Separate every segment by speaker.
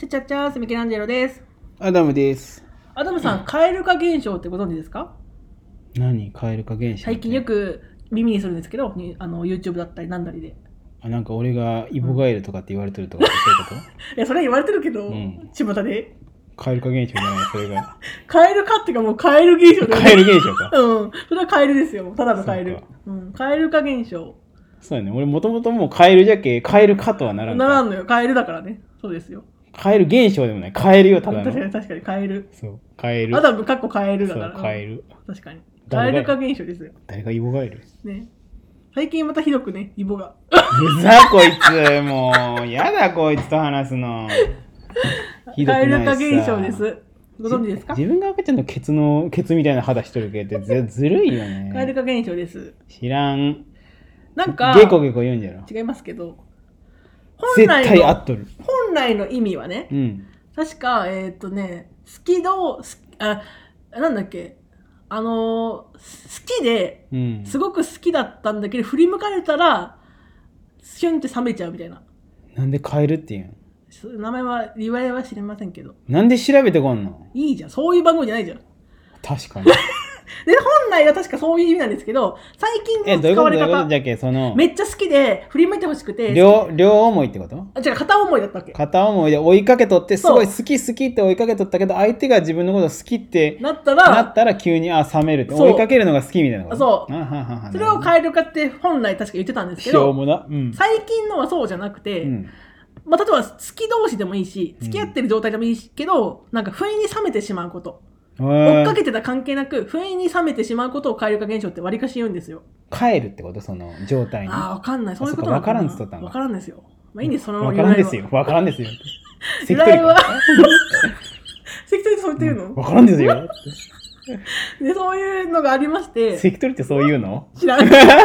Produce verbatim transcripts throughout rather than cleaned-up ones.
Speaker 1: ちゃちゃちゃーすミケランジェロです。
Speaker 2: アダムです。
Speaker 1: アダムさん、蛙化現象ってご存知ですか？
Speaker 2: 何蛙化現象？
Speaker 1: 最近よく耳にするんですけど、にあの YouTube だったりなんだりで。
Speaker 2: あ、なんか俺がイボガエルとかって言われてるとかってそういうこと？
Speaker 1: いや、それは言われてるけど、
Speaker 2: うん、
Speaker 1: 巷で。
Speaker 2: 蛙化現象じゃない、それが。
Speaker 1: 蛙化っていうかもう蛙現象だよね。
Speaker 2: 蛙現象か。
Speaker 1: うん。それは蛙ですよ。ただの蛙。うん。蛙化現象。
Speaker 2: そうだね。俺もともともうカエルじゃけ、カエル化とはならんか。
Speaker 1: ならんのよ。カエルだからね。そうですよ。
Speaker 2: カエル現象でもない。カエルよ、ただの。
Speaker 1: 確かに確かにカエル。
Speaker 2: そう。カエル。
Speaker 1: アダムかっこカエルだから。
Speaker 2: そう、カエル。
Speaker 1: 確かに。蛙化現象ですよ。
Speaker 2: 誰がイボガエル？
Speaker 1: ね。最近またひどくね、イボが。
Speaker 2: うざこいつ、もう。やだこいつと話すの。
Speaker 1: ひどくないさ。蛙化現象です。ご存知ですか？
Speaker 2: 自分が赤ちゃんのケツのケツみたいな肌しとるけってず, ずるいよね。
Speaker 1: 蛙化現象です。
Speaker 2: 知らん。
Speaker 1: なんか
Speaker 2: ゲコゲコ言うんじゃろ。
Speaker 1: 違いますけど。
Speaker 2: 本来の絶対合っとる。
Speaker 1: 本来の意味はね。
Speaker 2: うん、
Speaker 1: 確かえっ、ー、とね、好きどあなんだっけ。あのー、好きで、うん、すごく好きだったんだけど振り向かれたらシュンって冷めちゃうみたいな。
Speaker 2: なんでカエルって言うん？
Speaker 1: 名前は言われは知りませんけど。
Speaker 2: なんで調べてこんの？
Speaker 1: いいじゃん、そういう番号じゃないじゃん。
Speaker 2: 確かに。
Speaker 1: で本来は確かそういう意味なんですけど、最近の使われ方
Speaker 2: じゃけその
Speaker 1: めっちゃ好きで振り向いてほしくて、
Speaker 2: 両両思いってこと？
Speaker 1: あ、違う、片思いだったっけ？
Speaker 2: 片思いで追いかけとってすごい好き好きって追いかけとったけど、相手が自分のこと好きって
Speaker 1: なったら
Speaker 2: なったら急にあ冷めるって、追いかけるのが好きみたいなこと。
Speaker 1: そう
Speaker 2: あははは、
Speaker 1: それを蛙化って本来確か言ってたんですけど、
Speaker 2: うん、
Speaker 1: 最近のはそうじゃなくて、うん、まあ、例えば好き同士でもいいし付き合ってる状態でもいいけど、うん、なんか不意に冷めてしまうこと、追っかけてた関係なく不意に冷めてしまうことを蛙化現象ってわりかし言うんですよ。
Speaker 2: 帰るってこと？その状態に。
Speaker 1: ああ、分かんない。そういうことなのかな。
Speaker 2: 分からんっつっとったんだ。
Speaker 1: 分からんですよ。まあいいんです、その
Speaker 2: 分からんですよ。分からんですよ。
Speaker 1: 由来は関取ってそう言って言うの？
Speaker 2: 分からんですよ。
Speaker 1: でそういうのがありまして。
Speaker 2: 関取ってそういうの？
Speaker 1: 知らん。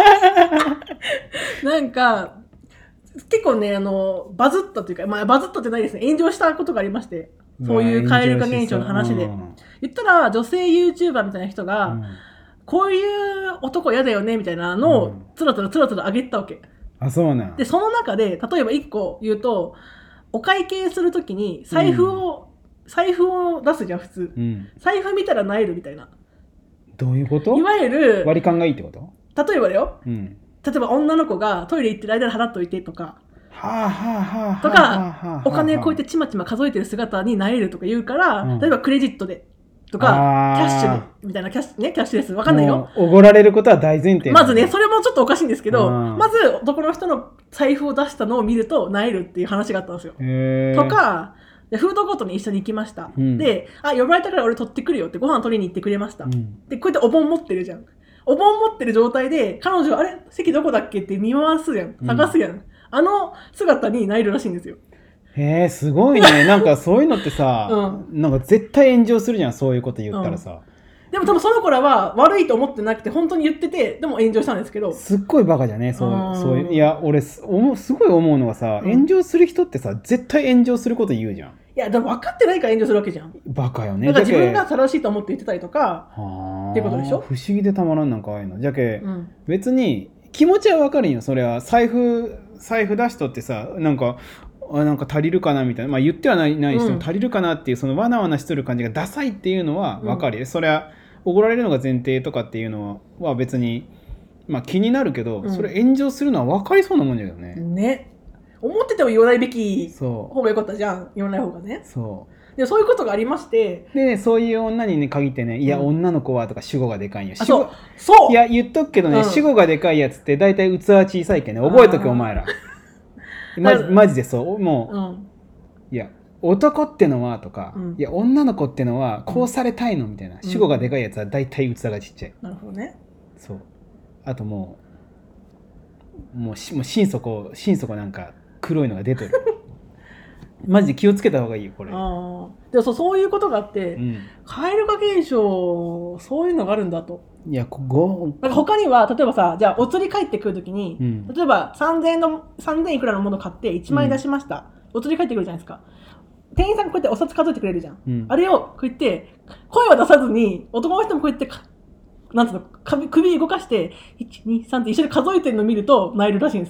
Speaker 1: なんか結構ね、あのバズったというか、まあバズったってないですね。炎上したことがありまして。そういう蛙化現象の話で、うん、言ったら女性 YouTuber みたいな人が、うん、こういう男嫌だよねみたいなのをつらつらつらつら上げたわけ。
Speaker 2: あ、そうなん。
Speaker 1: でその中で例えばいっこ言うと、お会計するときに財布を、うん、財布を出すじゃん普通、うん、財布見たら萎えるみたいな。
Speaker 2: どういうこと？
Speaker 1: いわゆる
Speaker 2: 割り勘がいいってこと？
Speaker 1: 例えばだよ、
Speaker 2: うん、
Speaker 1: 例えば女の子がトイレ行ってる間に払っといてとか。
Speaker 2: はあはあはあ、
Speaker 1: とか、お金こうやってちまちま数えてる姿になれるとか言うから、うん、例えばクレジットでとかキャッシュでみたいな、キャッシュね、キャッシュレスわかんないよ。
Speaker 2: おごられることは大前提。
Speaker 1: まずね、それもちょっとおかしいんですけど、まず男の人の財布を出したのを見るとなえるっていう話があったんですよ。とか、フードコートに一緒に行きました。うん、で、あ、呼ばれたから俺取ってくるよってご飯取りに行ってくれました。うん、で、こうやってお盆持ってるじゃん。お盆持ってる状態で彼女あれ席どこだっけって見回すやん、探すやん。うん、あの姿になえるらしいんですよ。
Speaker 2: へえ、すごいね。なんかそういうのってさ、うん、なんか絶対炎上するじゃん、そういうこと言ったらさ。
Speaker 1: うん、でも多分その子らは悪いと思ってなくて本当に言ってて、でも炎上したんですけど。
Speaker 2: すっごいバカじゃね、そう、そういう。いや、俺すごい思うのはさ、うん、炎上する人ってさ、絶対炎上すること言うじゃん。
Speaker 1: いや、でも分かってないから炎上するわけじゃん。
Speaker 2: バカよね。
Speaker 1: だから自分が正しいと思って言ってたりとかってことでしょ。
Speaker 2: 不思議でたまらん、なんかああいうの。じゃけ、うん、別に気持ちは分かるんよ。それは財布財布出しとってさ、なんかあなんか足りるかなみたいな、まあ言ってはないない人も足りるかなっていう、そのわなわなしとる感じがダサいっていうのは分かるよ。うん、それはおごられるのが前提とかっていうのは別にまあ気になるけど、うん、それ炎上するのは分かりそうなもんだけどね。
Speaker 1: ね。思ってても言わないべき方が良かったじゃん。言わない方がね。
Speaker 2: そう。
Speaker 1: でそういうことがありまして、
Speaker 2: で、ね、そういう女にね限ってね、いや、うん、女の子はとか主語がでかいんよ。
Speaker 1: そうそう。
Speaker 2: いや言っとくけどね、うん、主語がでかいやつって大体器小さいけんね、覚えとけお前ら。マジマジでそうもう、うん、いや男ってのはとか、うん、いや女の子ってのはこうされたいのみたいな、うん、主語がでかいやつは大体器がちっちゃい。
Speaker 1: なるほどね。
Speaker 2: そう。あともうもうしもう心底心底なんか黒いのが出てる。マジで気をつけた方がいいよこれ。
Speaker 1: あでも そ, そういうことがあって、うん、蛙化現象そういうのがあるんだと。
Speaker 2: いやここ
Speaker 1: なんか他には例えばさ、じゃあお釣り帰ってくるときに、うん、例えばさんぜんえんのさんぜんいくらのもの買っていちまん円出しました、うん、お釣り帰ってくるじゃないですか。店員さんがこうやってお札数えてくれるじゃん、うん、あれをこうやって声は出さずに男の人もこうやってなんていうの首動かしていちにさんって一緒に数えてるのを見ると萎えるらしいんですよ。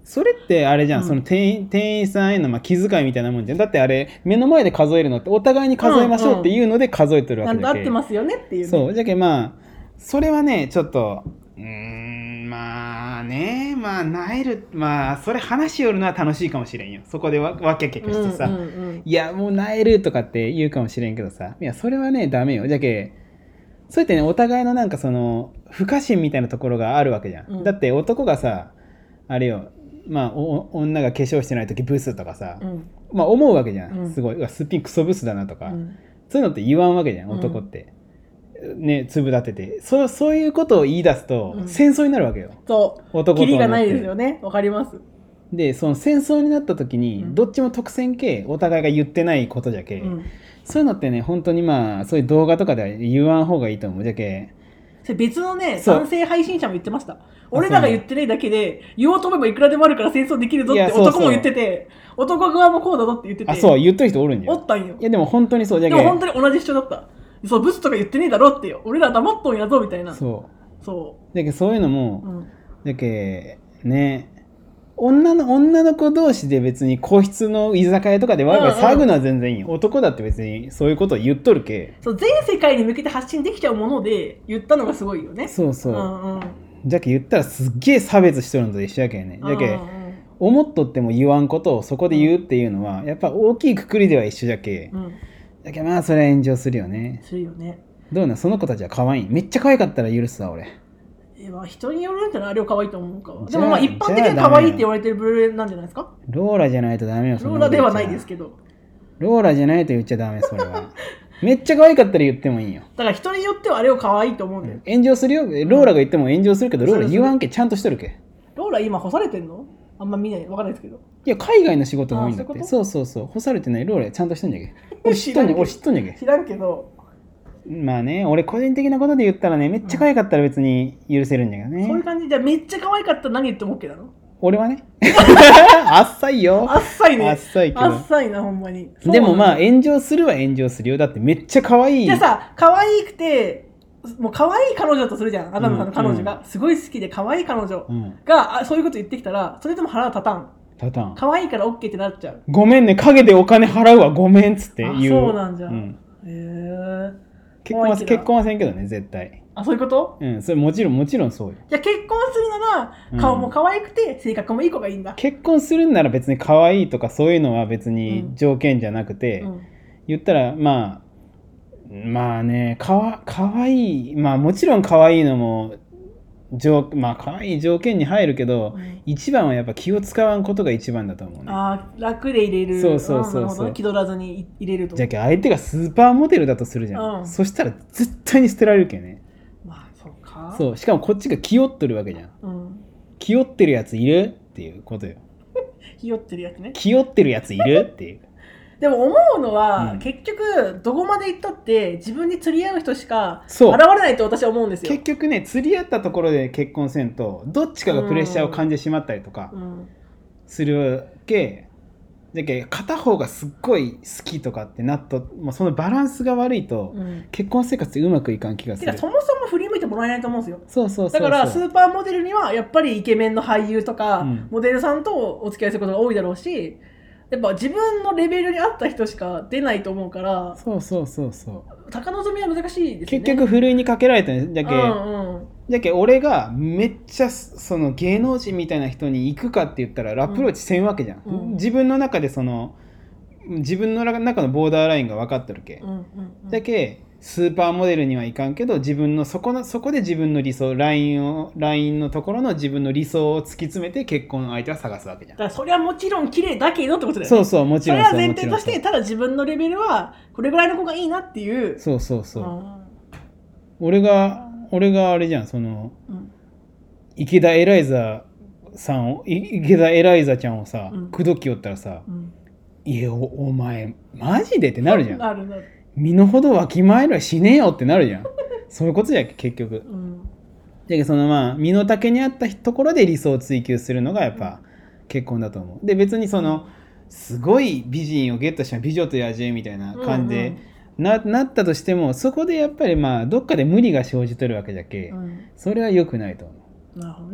Speaker 2: それってあれじゃん、
Speaker 1: うん、
Speaker 2: その店員、店員さんへのまあ気遣いみたいなもんじゃん。だってあれ目の前で数えるのってお互いに数えましょうっていうので数えてるわけだけ、
Speaker 1: うんうん、合ってますよねっていう、ね、
Speaker 2: そうじゃけまあそれはねちょっとうーんまあねまあなえるまあそれ話よるのは楽しいかもしれんよ。そこでわわきゃけくしてさ、うんうんうん、いやもうなえるとかって言うかもしれんけどさ、いやそれはねダメよ。じゃけそうやってねお互いのなんかその不可侵みたいなところがあるわけじゃん、うん、だって男がさあれよまあ女が化粧してない時ブスとかさ、うん、まあ思うわけじゃん、うん、すごいすっぴんクソブスだなとか、うん、そういうのって言わんわけじゃん男って、うん、ね粒立てて そ, そういうことを言い出すと、うん、戦争になるわけよ。
Speaker 1: そう男とキリがないですよね。わかります。
Speaker 2: でその戦争になった時に、うん、どっちも得戦系お互いが言ってないことじゃけ、うん、そういうのってね本当にまあそういう動画とかでは言わん方がいいと思うじゃけ。
Speaker 1: それ別のね男性配信者も言ってました。俺らが言ってないだけで言おうと思えばいくらでもあるから戦争できるぞって男も言ってて、男側もこうだぞって言ってて、
Speaker 2: あそう言っとる人おるんじゃん。
Speaker 1: おったんよ。
Speaker 2: いやでも本当にそうじゃけ。
Speaker 1: でも本当に同じ主張だった。そうブスとか言ってねえだろってよ。俺ら黙っとんやぞみたいな。
Speaker 2: そう
Speaker 1: そう
Speaker 2: だけそういうのも、うん、だけね女の女の子同士で別に個室の居酒屋とかでワイワイ騒ぐのは全然いいよ、うんうん、男だって別にそういうことを言っとるけ。
Speaker 1: そう全世界に向けて発信できちゃうもので言ったのがすごいよね。
Speaker 2: そうそう、うんうん、じゃけ言ったらすっげえ差別しとるのと一緒やけんね。じゃけ、うんうん、思っとっても言わんことをそこで言うっていうのは、うん、やっぱ大きいくくりでは一緒じゃけ、うん、だけまあそれは炎上するよね。
Speaker 1: するよね。
Speaker 2: どうなんその子たちは可愛いめっちゃ可愛かったら許すわ俺。
Speaker 1: まあ、人によるんじゃないあれを可愛いと思うかは。でもまあ一般的に可愛いって言われてるブルーなんじゃないですか。
Speaker 2: ローラじゃないとダメよ。
Speaker 1: ローラではないですけど。
Speaker 2: ローラじゃないと言っちゃダメそれは。めっちゃ可愛かったら言ってもいいよ。
Speaker 1: だから人によってはあれを可愛いと思うんだよ。
Speaker 2: 炎上するよ。ローラが言っても炎上するけど、うん、ローラ言わんけちゃんとしとるけ。
Speaker 1: ローラ今干されてんの？あんま見ないわかんないですけど。
Speaker 2: いや海外の仕事が多いんだって。そうそうそう干されてないローラちゃんとしてんじゃけ。俺知っとんじゃけ。俺知っとんじゃけ。
Speaker 1: 知らんけど。
Speaker 2: まあね、俺個人的なことで言ったらね、めっちゃ可愛かったら別に許せるんだけどね。
Speaker 1: うん、そういう感じじゃめっちゃ可愛かったら何言っても OK なの？
Speaker 2: 俺はね。あっさいよ。
Speaker 1: あっさいね。
Speaker 2: あっさいけど。
Speaker 1: あっさいなほんまに。
Speaker 2: でもまあ炎上するは炎上するよ。だってめっちゃ可愛い。
Speaker 1: じゃあさ、可愛くてもう可愛い彼女だとするじゃん。アダムさんの彼女が、うん、すごい好きで可愛い彼女が、うん、あそういうこと言ってきたら、それでも腹立たん。
Speaker 2: 立たん。
Speaker 1: 可愛いから OK ってなっちゃう。
Speaker 2: ごめんね、陰でお金払うわごめんっつって言う。
Speaker 1: あそうなんじゃ。うん、へえ。
Speaker 2: 結婚は結婚はせんけどね絶対。
Speaker 1: あそういうこと？
Speaker 2: うんそれもちろんもちろんそうよ。
Speaker 1: じゃあ結婚するなら顔も可愛くて、うん、性格もいい子がいいんだ。
Speaker 2: 結婚するんなら別に可愛いとかそういうのは別に条件じゃなくて、うん、言ったらまあまあねかわ可愛いまあもちろん可愛いのも条まあ可愛い条件に入るけど、うん、一番はやっぱ気を使わんことが一番だと思うね。
Speaker 1: あ楽で入れる。
Speaker 2: そうそうそうそう。
Speaker 1: 気取らずに入れると。
Speaker 2: じゃあ相手がスーパーモデルだとするじゃん。うん、そしたら絶対に捨てられるけね。
Speaker 1: まあそうか。そう
Speaker 2: しかもこっちが気負ってるわけじゃん。うん、気負ってるやついるっていうことよ。
Speaker 1: 気負ってるやつね。
Speaker 2: 気負ってるやついるっていう。
Speaker 1: でも思うのは、うん、結局どこまで行ったって自分に釣り合う人しか現れないと私は思うんですよ。
Speaker 2: 結局ね釣り合ったところで結婚せんとどっちかがプレッシャーを感じてしまったりとかするけ、うん、だけ片方がすっごい好きとかってなっともうそのバランスが悪いと、うん、結婚生活ってうまくいかん気がする。
Speaker 1: てかそもそも振り向いてもらえないと思うんですよ。
Speaker 2: そうそうそうそう。
Speaker 1: だからスーパーモデルにはやっぱりイケメンの俳優とか、うん、モデルさんとお付き合いすることが多いだろうし、やっぱ自分のレベルに合った人しか出ないと思うから。
Speaker 2: そうそうそうそう
Speaker 1: 高望みは難しいですね。
Speaker 2: 結局ふるいにかけられたんだけ、うんうん、だけ俺がめっちゃその芸能人みたいな人に行くかって言ったらアプローチせんわけじゃん、うん、自分の中でその自分の中のボーダーラインが分かってるけ、うんうんうん、だけスーパーモデルにはいかんけど自分のそこのそこで自分の理想ラインをラインのところの自分の理想を突き詰めて結婚の相手は探すわけじゃん。
Speaker 1: だからそれはもちろん綺麗だけどってことだよね。
Speaker 2: そうそうもちろん
Speaker 1: それは前提としてただ自分のレベルはこれぐらいの子がいいなっていう。
Speaker 2: そうそうそう、うん、俺が俺があれじゃんその、うん、池田エライザさんを池田エライザちゃんをさ、うん、口説きよったらさ、うん、いや お, お前マジでってなるじゃん。
Speaker 1: なるなる。
Speaker 2: 身の程わきまえろはしねえよってなるじゃん。そういうことじゃ結局、うん、だけどそのまあ身の丈に合ったところで理想を追求するのがやっぱ結婚だと思う。で別にそのすごい美人をゲットした美女と野獣みたいな感じで、うんうん、な, なったとしてもそこでやっぱりまあどっかで無理が生じとるわけだけ、うん、それは良くないと思う。
Speaker 1: なるほどね。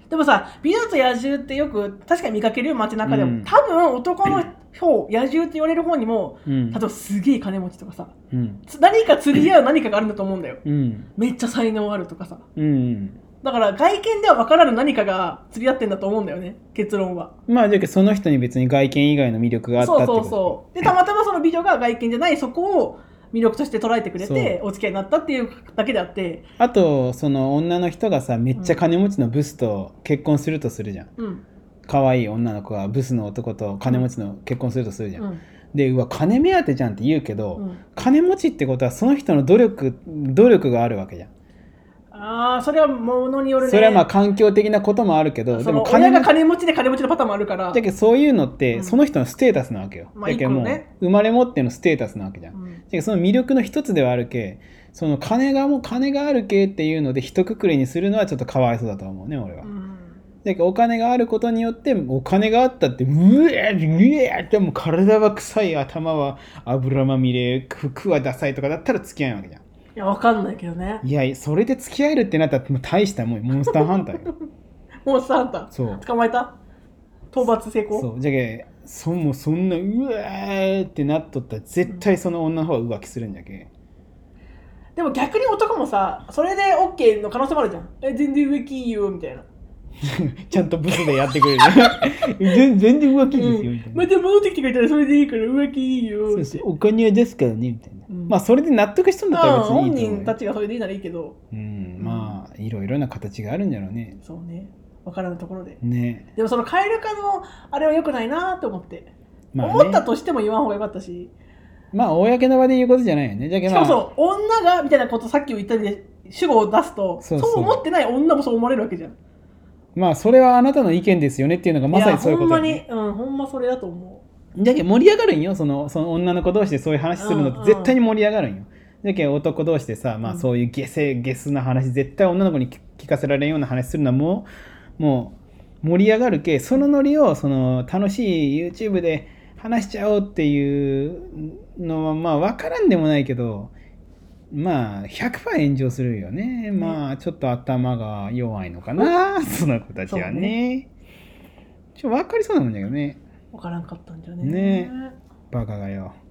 Speaker 1: でもさ、美女と野獣ってよく確かに見かけるよ、街中でも、うん、多分男の方、野獣って言われる方にも、うん、例えばすげえ金持ちとかさ、うん、何か釣り合う何かがあるんだと思うんだよ、うん、めっちゃ才能あるとかさ、うん、だから外見では分からぬ何かが釣り合ってんだと思うんだよね、結論は。
Speaker 2: まあじゃあその人に別に外見以外の魅力があったってこと。
Speaker 1: そうそうそう。でたまたまその美女が外見じゃないそこを魅力として捉えてくれてお付き合いになったっていうだけであって、
Speaker 2: あとその女の人がさめっちゃ金持ちのブスと結婚するとするじゃん、うん、可愛い女の子がブスの男と金持ちの結婚するとするじゃん、うん、でうわ金目当てじゃんって言うけど、うん、金持ちってことはその人の努力努力があるわけじゃん。
Speaker 1: ああ、それはものによるね。
Speaker 2: それはまあ環境的なこともあるけど、
Speaker 1: でも親が金持ちで金持ちのパターンもあるから。
Speaker 2: だけどそういうのってその人のステータスなわけよ、うん、だけどもう、ね、生まれ持ってのステータスなわけじゃん、うん、だけどその魅力の一つではあるけ、その金がもう金があるけっていうので一括りにするのはちょっとかわいそうだと思うね、俺は、うん、だけどお金があることによってお金があったってうえうえってもう体は臭い、頭は油まみれ、服はダサいとかだったら付き合えないわけじゃん。
Speaker 1: いや、わかんないけどね。
Speaker 2: いや、それで付き合えるってなったらもう大したもん、モンスターハンターよ。
Speaker 1: モンスターハンター。
Speaker 2: そう。
Speaker 1: 捕まえた？討伐成功？
Speaker 2: そう。じゃけ、そもそんなうわーってなっとったら絶対その女の方が浮気するんじゃけ。
Speaker 1: でも逆に男もさ、それで OK の可能性もあるじゃん。え、全然浮気いいよみたいな。
Speaker 2: ちゃんとブスでやってくれる。全然浮気ですよみたいな。
Speaker 1: また戻ってきてくれたらそれでいいから浮気いいよって。そうそう、
Speaker 2: お金は出すからねみたいな。うん、まあそれで納得したんだったら別にいいと思う。
Speaker 1: 本人たちがそれでいいならいいけど。
Speaker 2: うん、まあいろいろな形があるんだろうね。
Speaker 1: そうね。分からぬところで。
Speaker 2: ね。
Speaker 1: でもその蛙化のあれは良くないなと思って。まあね、思ったとしても言わん方がよかったし。
Speaker 2: まあ公の場で言うことじゃないよね。じゃけまあ、
Speaker 1: しかもそう女がみたいなことさっき言ったで主語を出すと、そうそう、そう思ってない女もそう思われるわけじゃん。
Speaker 2: まあそれはあなたの意見ですよねっていうのがまさにそういうことだ、ね、
Speaker 1: いやほんまに、うん、ほんまそれだと思
Speaker 2: う。だけど盛り上がるんよ、その、その女の子同士でそういう話するのって絶対に盛り上がるんよ。だけど男同士でさ、まあそういうゲセゲスな話、絶対女の子に聞かせられんような話するのはもう、もう盛り上がるけ、そのノリをその楽しい YouTube で話しちゃおうっていうのはまあ分からんでもないけど、まあ ひゃくパーセント 炎上するよね。まあちょっと頭が弱いのかな、その子たちはね。ね、ちょっと分かりそうなもんだけどね。
Speaker 1: 分からんかったんじゃね。
Speaker 2: ね、バカがよ。